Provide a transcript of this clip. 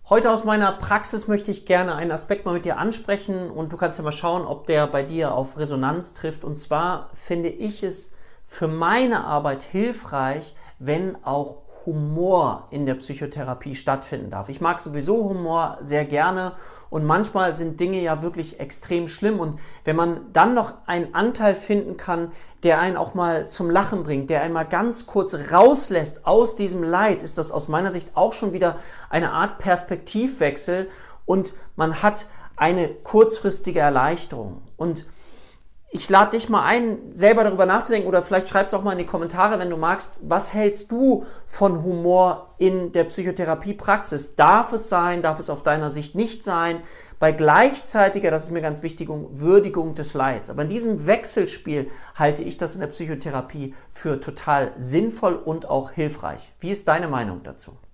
Heute aus meiner Praxis möchte ich gerne einen Aspekt mal mit dir ansprechen und du kannst ja mal schauen, ob der bei dir auf Resonanz trifft. Und zwar finde ich es für meine Arbeit hilfreich, wenn auch Humor in der Psychotherapie stattfinden darf. Ich mag sowieso Humor sehr gerne und manchmal sind Dinge ja wirklich extrem schlimm und wenn man dann noch einen Anteil finden kann, der einen auch mal zum Lachen bringt, der einen mal ganz kurz rauslässt aus diesem Leid, ist das aus meiner Sicht auch schon wieder eine Art Perspektivwechsel und man hat eine kurzfristige Erleichterung. Und ich lade dich mal ein, selber darüber nachzudenken oder vielleicht schreibst du auch mal in die Kommentare, wenn du magst, was hältst du von Humor in der Psychotherapiepraxis? Darf es sein, darf es auf deiner Sicht nicht sein? Bei gleichzeitiger, das ist mir ganz wichtig, Würdigung des Leids. Aber in diesem Wechselspiel halte ich das in der Psychotherapie für total sinnvoll und auch hilfreich. Wie ist deine Meinung dazu?